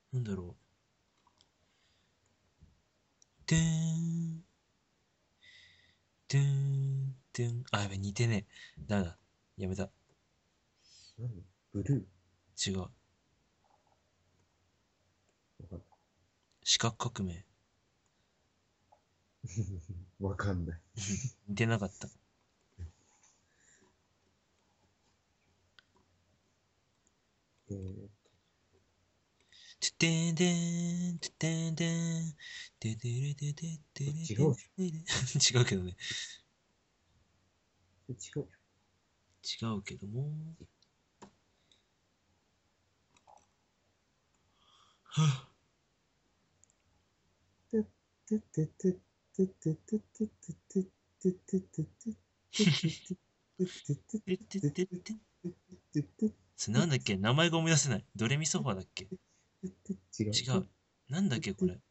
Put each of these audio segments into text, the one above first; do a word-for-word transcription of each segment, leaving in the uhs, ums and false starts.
なんだろう。てーん、てーん、てーん。あ、やべ、似てねえ。だめだ。やめた。 何ブル違う。 ーわかんない。 四角革命。 わかんない。 似てなかった。 えー、 ててーんてーん、ててーんてーん、ててれてててれてこれ違うでしょ。 れてれ。違うけどね。 これ違うで違うけども。 しょ。てってってってってってってってってってってってってっててってってって。それなんだっけ、名前が思い出せない。ドレミソファだっけ。 違う。 違う。なんだっけ、これ。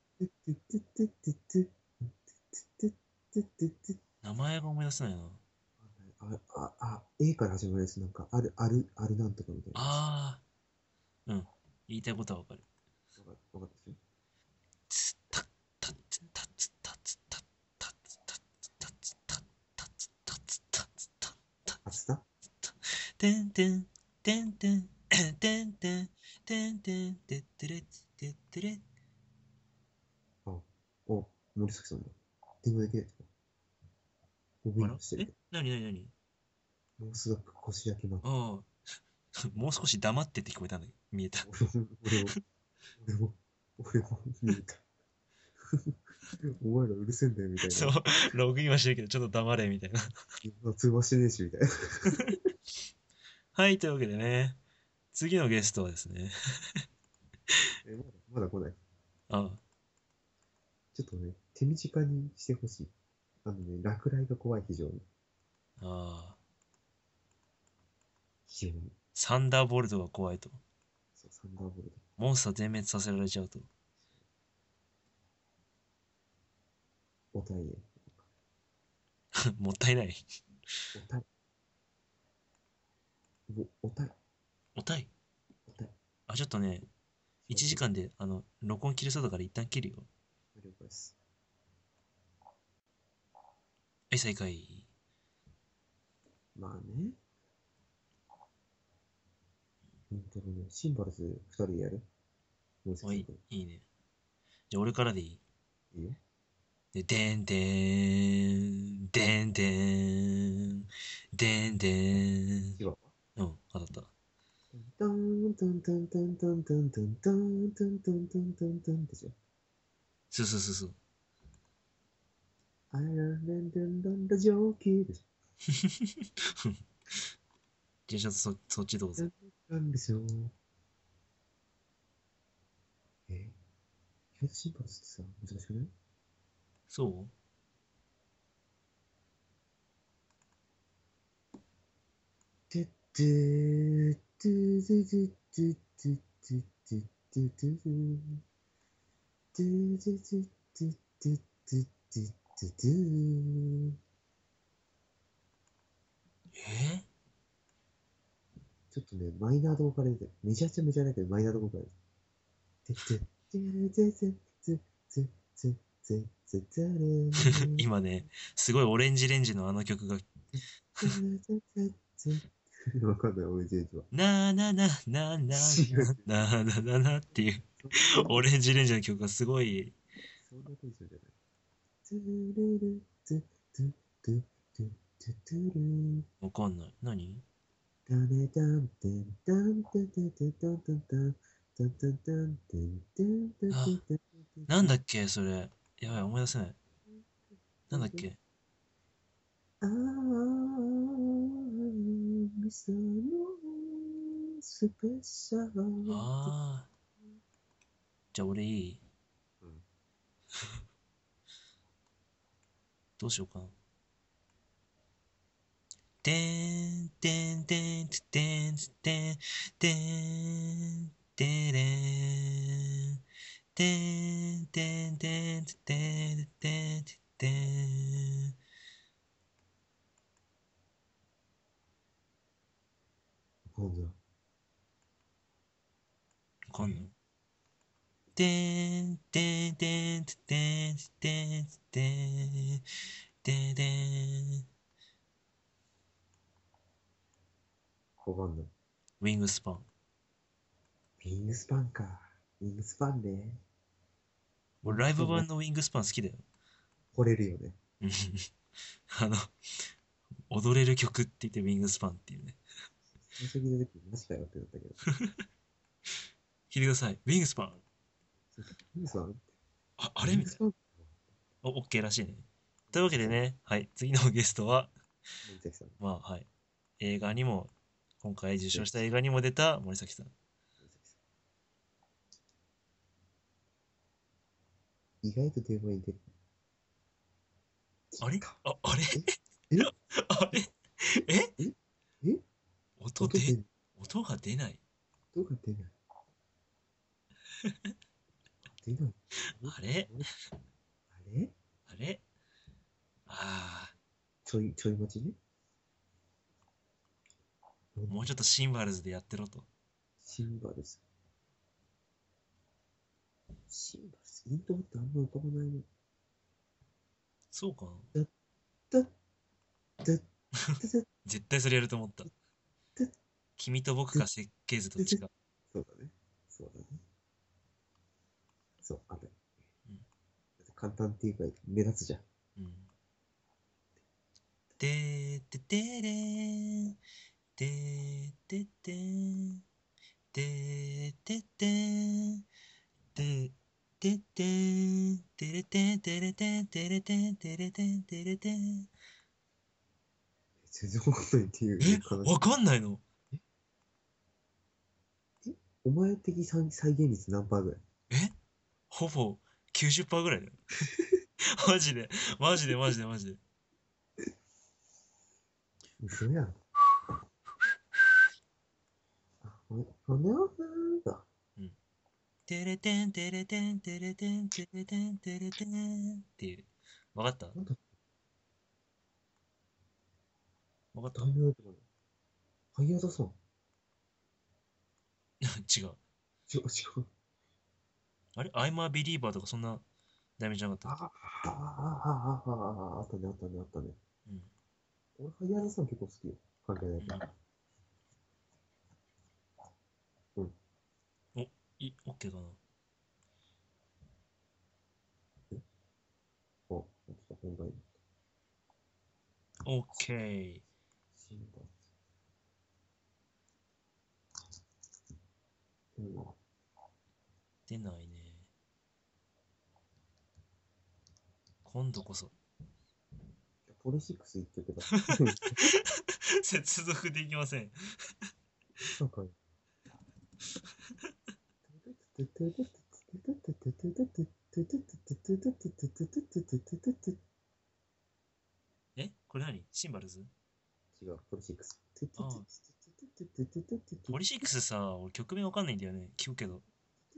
名前が思い出せないな。 あ、あ、あ、A から始まるやつ、なんか、ある、ある、あるなんとかみたいなやつ。 あー、うん。言いたいことはわかる。 わかわかったでしょ。 つたたつたつたつたたつたつたつたたつたつたつたたつあつたた。てんてん、てんてん、てんてん、てんてん、てってれてってれ。 あ、お、森崎さんだ。でもだけ、ボビあらえンとしてるけなになになに。 ど。もうすごく腰焼けまくって。 ああ、もう少し黙ってって聞こえたんだけど、見えた。 俺も、俺も、俺も、俺も見えた。お前らうるせえんだよ、みたいな。 そう、ログインはしてるけど、ちょっと黙れ、みたいな。 通話してねえし、みたいな。 はい、というわけでね、次のゲストはですね、 え、まだ、まだ来ない。 あちょっとね、手短にしてほしい。あのね、落雷が怖い、非常に。 あ、ああ、 非常に。 サンダーボルトが怖いと。 そう、サンダーボルト。 モンスター全滅させられちゃうと。 おたいえ。 もったいない。 おたい。お、おたい。 おたい。 おたい。 あ、ちょっとね、1 しばらく。 時間で、あの、録音切れそうだから一旦切るよ。 了解です。 はい、再開。 まあね。うんとね、シンバルズ二人でやる森おい、 崎くん。 いいね。じゃあ俺からでいい。 いいよ。 で、でんでーん、でんでーん、でんでーん。 違うか。 うん、当たった。 タンタンタンタンタンタンタンタンタンタンタンタンタンでしょ。 そうそうそうそう。 アイランドンドンドンドジョーキーでしじゃあちょっとそ、そっちどうょ。 ぞ。 なんでしょう。えー、意外とシンバルズってさ、難しくないそうてってー、てーてーてーてーてーてーてーてーてーてーてーてーてーてーてーてーてーてーえちょっとね、マイナーどこから出てる。めちゃくちゃメジャーだけど、マイナーどこから出てる。てってーてーてーてーてーてーてーてーてーてーー今ね、すごいオレンジレンジのあの曲が、 わかんない、俺ジェイジは。 なーななななな違う違う。 ななななっていうそんなテンションじゃない。 オレンジレンジの曲がすごい、 そんなテンションじゃない。トゥルルトゥトゥトゥトゥトゥトゥルわかんない。何。 ダメダンテンダンテンテンテンタンタンタンタンタンタンテンテンテンテンあ、 テンテンテンなんだっけ、それ。やばい、思い出せない。なんだっけ。 ああ、ミスのスペシャルティ。 あー、じゃあ俺いい。 うん。 どうしようかな。てーん、てんてん、つてん、つてん、てん、てれーん。てんてんてん、つてん、てん、てん、てん。 今度は。 わかんない。 てんてんてんてんてんてんてんてん。 わかんない。 ウィングスパン。 ウィングスパンか。ウィングスパンね。 俺ライブ版のウィングスパン好きだよ。 惚れるよね。 うんあの、踊れる曲って言ってウィングスパンっていうね。 最初聞いた時マジかよってなったけど。 聞いてください。ウィングスパン。 ウィングスパンあ、あウれみたいな。 ィングスパンお、オッケーらしいね。というわけでね、はい、次のゲストは、 森崎さん。 まあ、はい。映画にも、今回受賞した映森画にも出た森崎さん。 崎さん。意外と電話に出る。 あれあ、あれええあれえええ音で、 音出音が出ない。 音が出ない。出ない。 あれあれあれあちょい、ちょい待ちね。 あ、もうちょっとシンバルズでやってろと。 シンバルズ。シンバルズ。イントロってあんま浮かばないね。 そうかな。 だだだだだ絶対それやると思った。 だ君と僕が設計図どっちか。 そうだね。そうだね。そう、あれ。 うん。 簡単っていうか目立つじゃん。 うん。てーててれーん。てーててん。てーててん。てーててん。てれてんてれてんてれてんてれてんてれてん。 全然わかんないっていうえ、 悲しい。 わかんないの？ えお前的再現率何パーぐらい？ えほぼきゅうじゅっパーセントぐらいだよ。マジで、マジでマジでマジで。 嘘やん。あ、ほんほんでなんだ。 うん。てれてんてれてんてれてんてれてんてれてんっていう。わかった？ なんだ、 わかった？ 題名だとかね。萩田さん。 違う。 違う、違う。 あれ ?I'm a believer とかそんな題名じゃなかったっけ？ ああ、ああ、ああ、ああ、あったね、あったね、あったね。 うん。 俺、萩原さん結構好きよ。関係ないうん。 から。うん。 お、い、オッケーかな。 えあ、ちょっと本題。 オッケー。 シンバル。うん。 出ないね。今度こそ。 ポリシックス一曲だ。 接続できません。 まさかよ。 えこれ何シンバルズ？ 違う、ポリシックス。 ああ。ポリシックスさ、俺曲名わかんないんだよね。聞くけど。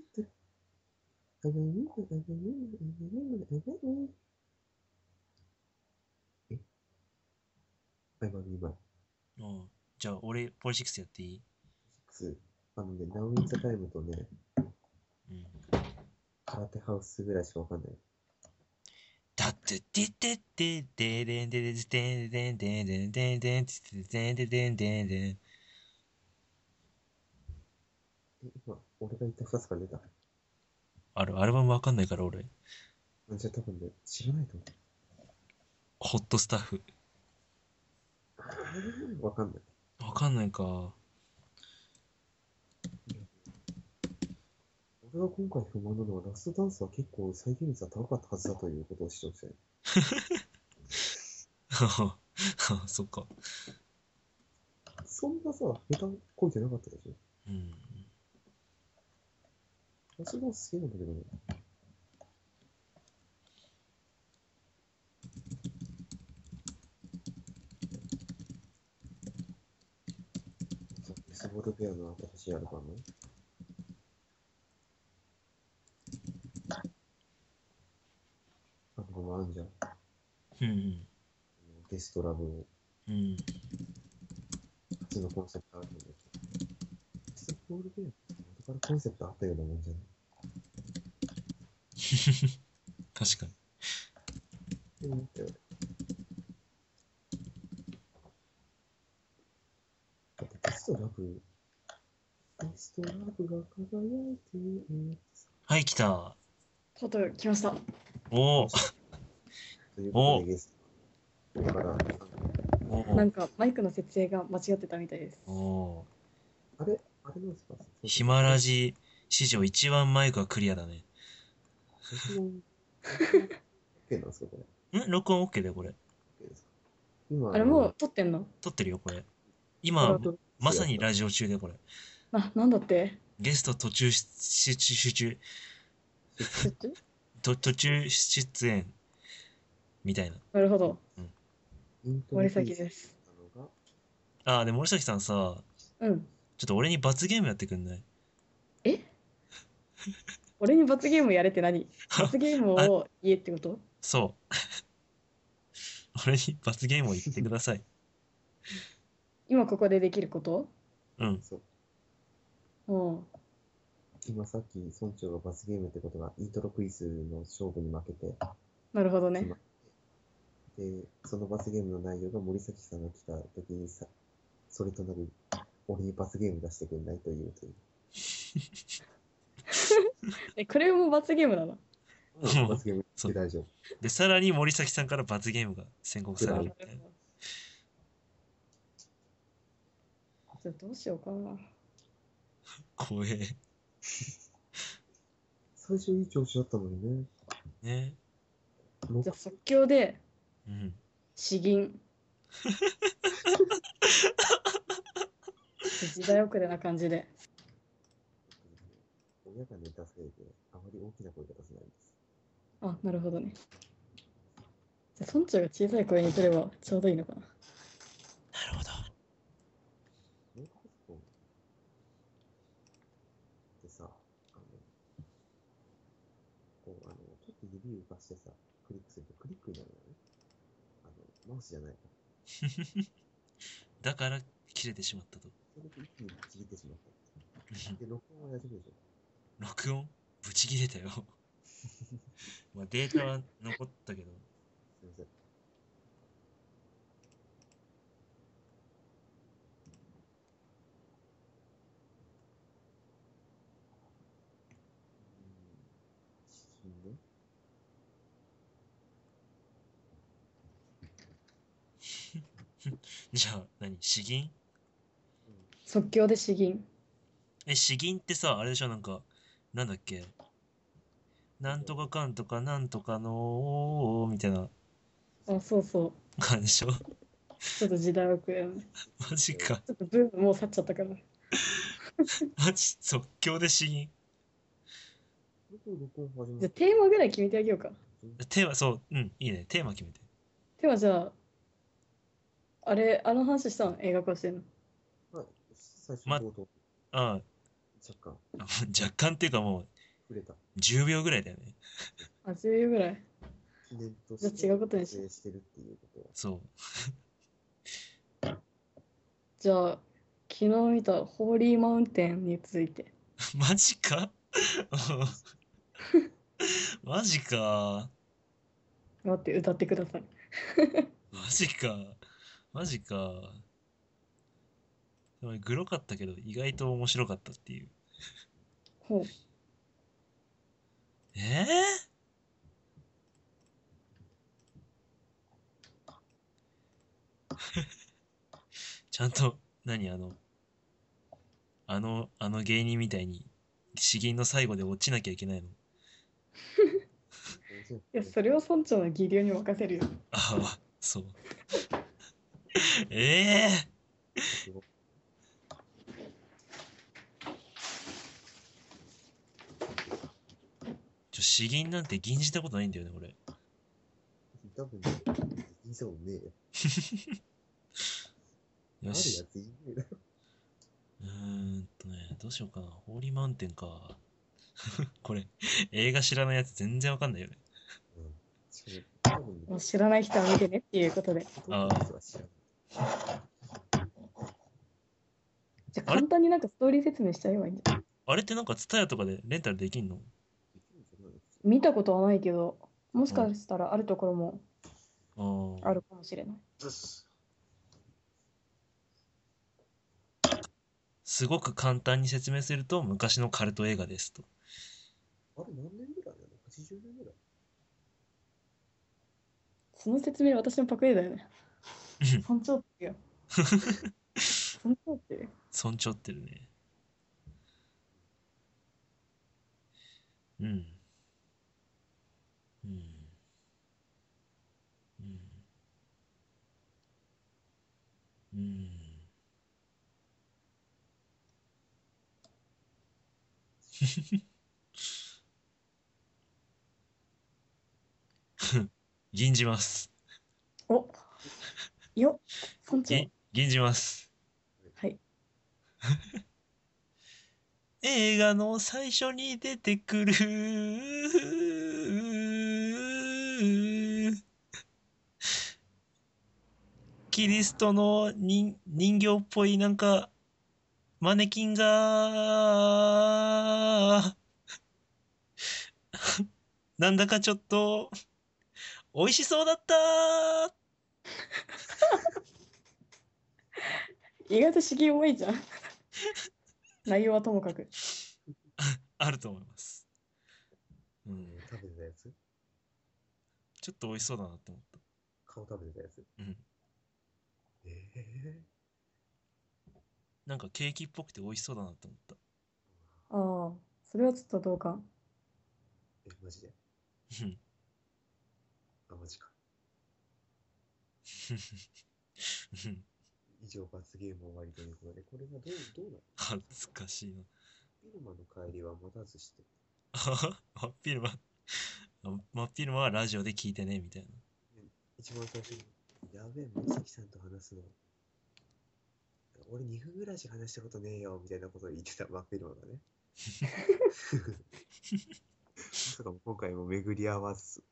えあ、今、今、 うん。じゃあ、俺、ポリシックスやっていい？ あのね、Now is the time とね、 うん。 空手ハウスぐらいしかわかんない。 だっててってってででんででででんでんでんでんでんでんでんでんでんでん。 え、今、俺が言ったふたつから出た。 ある、アルバムわかんないから俺。 あ、じゃあ多分ね、知らないと思ホットスタッフ。 う。わかんない。 わかんないか。 俺が今回不満なのは、ラストダンスは結構再現率は高かったはずだということを主張してる。 そっか。 そんなさ、下手こいてなかったでしょ。 うん。 ラストダンス好きなんだけどね。さベースボールペアの新しいアルバム、アルバムあんじゃん。 うん。 デストラブうん。 初のコンセプトアルバムで。ベースボールペアって元からコンセプトあったようなもんじゃない？ 確かに。 でもだってテストラブ、テストラブが輝いてる。 はい、来た。 ちょっと来ました。 おお。 ということでゲスト、これからおお。 なんかマイクの設定が間違ってたみたいです。 おお。 あれあれなんですかヒマラジ史上一番マイクはクリアだね。 録音、録音 OK なんですかこれ。 ん録音 OK だよ、これ。 OK ですか今、 あれもう撮ってんの？ 撮ってるよ、これ。 これ今はど、 まさにラジオ中で、これ。 な、なんだってゲスト途中出、出、出中、 出中と途中出演、みたいな。 なるほど。 イントロ森クイズ崎です。 なのが、 ああ、でも森崎さんさ、 うん。 ちょっと俺に罰ゲームやってくんない？ え俺に罰ゲームやれって何？罰ゲームあ、 を言えってこと？ そう。俺に罰ゲームを言ってください。 今ここでできること？ うん。 そう。 うん。 今さっき村長が罰ゲームってことがイントロクイズの勝負に負けてなるほどね。 決まって、で、その罰ゲームの内容が森崎さんが来た時にさ、それとなる俺に罰ゲーム出してくんないというという。 え、これも罰ゲームなの？ もう罰ゲームって大丈夫。 で、さらに森崎さんから罰ゲームが宣告されるみたいな。 じゃあどうしようかな。 怖え。 最初いい調子だったのにね。 ね。 じゃあ即興でうん。 詩吟。時代遅れな感じで。 親が寝たせいであまり大きな声が出せないんです。 あ、なるほどね。じゃあ村長が小さい声にすればちょうどいいのかな。 なるほど。 ノートパソコンってさ、あの、こう、あの、ちょっと指を浮かしてさ、クリックするとクリックになるのね。あの、マウスじゃないから。 だから切れてしまったと。 それで一気にちぎってしまった。で、録音は大丈夫でしょ録音ブチ切れたよ。まあデータは残ったけど。 すいません。うーん。ね。 じゃあ何、詩吟？ 即興で詩吟。 え、詩吟ってさ、あれでしょ、なんか、なんだっけ、なんとかかんとかなんとかのーみたいなあ、そうそう。 感じでしょ。 ちょっと時代遅れのね。 マジか。 ちょっとブームもう去っちゃったから。 マジ即興で詩吟。 録音始まじゃあテーマぐらい決めてあげようか。 テーマ、そう、うん、いいね。テーマ決めて。 テーマじゃあ、あれ、あの話したの？映画化してんの？ はい。最初ま冒頭、 あ若干あ、若干っていうかもう、 触れた。 じゅうびょうぐらいだよね。 あ、じゅうびょうぐらい。 記念とじゃあして違うことにし撮影してるっていうことは。 そう。 じゃあ、昨日見たホーリーマウンテンについて。 マジか。マジか。 待って、歌ってください。 マジか。マジか。でもグロかったけど、意外と面白かったっていう。 ほう。 えー、ちゃんと、何あの、あの、あの芸人みたいに、詩吟の最後で落ちなきゃいけないの？ いや、それを村長の技量に任せるよ。 ああ、そう。ええー、ちょ、詩吟なんて吟じたことないんだよね、俺。 多分、いいそうねえよ。あるやよし。 ついねえだろ。 うーんとね、どうしようかな。ホーリーマウンテンか。これ、映画知らないやつ全然わかんないよね。 うん。しかも、多分ね、 もう知らない人は見てねっていうことで。 撮ってる人は知らない。 じゃあ簡単になんかストーリー説明しちゃえばいいんじゃない？ あれってなんかツタヤとかでレンタルできんの？ できるんじゃないの普通見たことはないけど、もしかしたらあるところもああるかもしれない。 ずっす。 すごく簡単に説明すると昔のカルト映画ですと。 あれ何年ぐらいなの？ はちじゅう 年ぐらい？ その説明私のパクリだよね。尊重ってよ。尊重ってよ。 尊重ってるね。うん。うん。うん。うん。吟じます。 およ尊重。 ぎ吟じます。 はい。 映画の最初に出てくるキリストの人人形っぽいなんかマネキンがなんだかちょっと美味しそうだったー。 意外と敷居重いじゃん。内容はともかく。 あると思います。うん。 食べてたやつ？ ちょっと美味しそうだなって思った。 顔食べてたやつ？ うん。 ええなんかケーキっぽくて美味しそうだなって思った。 ああ、それはちょっとどうか。 え、マジで？ うんあ、マジか。 うん以上、罰ゲーム終わりということで、これがどう、どうなの？ 恥ずかしいな。 ビルマの帰りは待たずして、 真っ昼間、真っ昼間はラジオで聞いてね、みたいな。 ね、一番最初に、やべえ、森崎さんと話すの。俺にふんぐらいしか話したことねえよ、みたいなことを言ってた真っ昼間がね。まさかも今回も巡り合わず。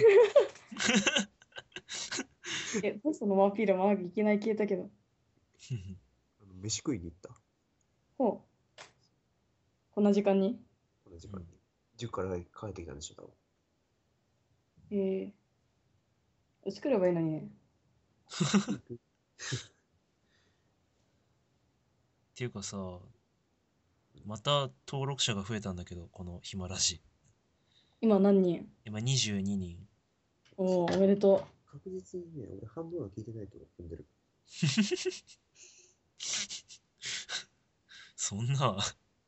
え、どうしたの？マーピールマークいきなり消えたけど。 あの飯食いに行った。 ほう。こんな時間に？ この時間に。じゅうから帰ってきたんでしょ、多分。 ええー。作ればいいのにね。 行く。 っていうかさ、また登録者が増えたんだけど、このヒマラジ。 今何人？ 今にじゅうににん。 おお、おめでと確実にね、俺半分は聞いてないと踏んでる。 そんな、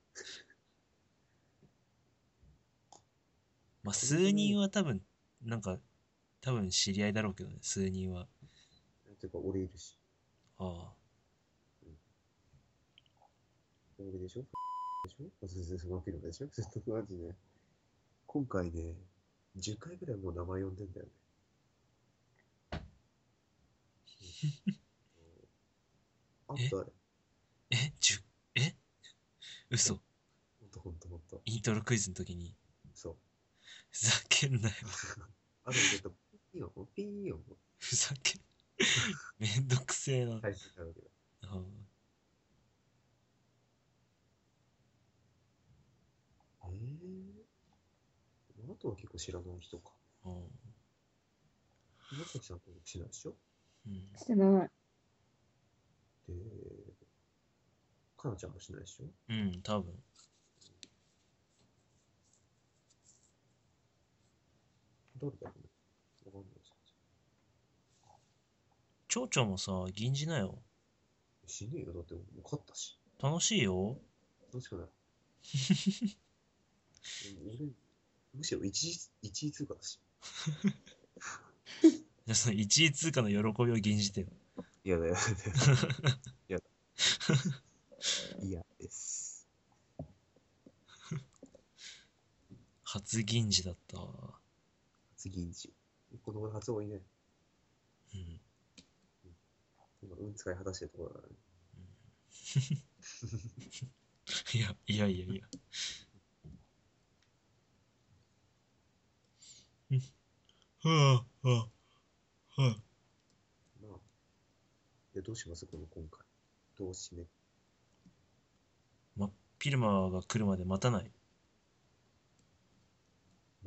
まあ、数人は多分、なんか、多分知り合いだろうけどね、数人は。 ていうか、俺いるし。 あ俺でしょでしょあ、全然そのフィルムでしょずっとマジで。今回ね、じゅっかいぐらいもう名前呼んでんだよね。ああ。えとあれ。 えじゅ、え嘘。 ほんとほんとほんと。 イントロクイズの時に。 そう。 ふざけんなよ。 あとちょっと、ピーヨン、ピーヨン。 ふざけん。めんどくせえな。 大切なわけど。 あえー、あとは結構知らない人か。 あ、 岩崎さん登録しないでしょ？ うん。 う。してない。 で、かなちゃんもしないでしょ？ うん、多分。 誰だろうね。わかんないです。 蝶々もさ、銀じなよ。 死ねえよ。だってもう勝ったし。 楽しいよ。 楽しくない。俺、むしろ一位、一位通過だし。 じゃあそのいちい通過の喜びを銀じてよ。 いやだやだやだ。嫌です。 初銀じだったわ。 次んち。この発音いいね。 うん。 今、うん使い果たしてるところだからね。 いや、いやいやいや。はあ、はあ、はあ。 まあ。で、どうしますこの今回。どう締め。 ま、ピルマが来るまで待たない。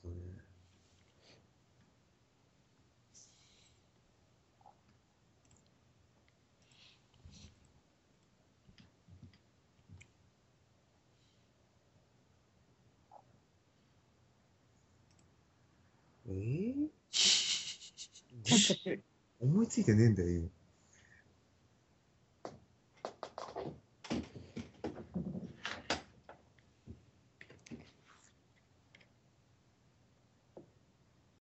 とね。えー、 ちゃっちゃくる。 思いついてねえんだよ、今。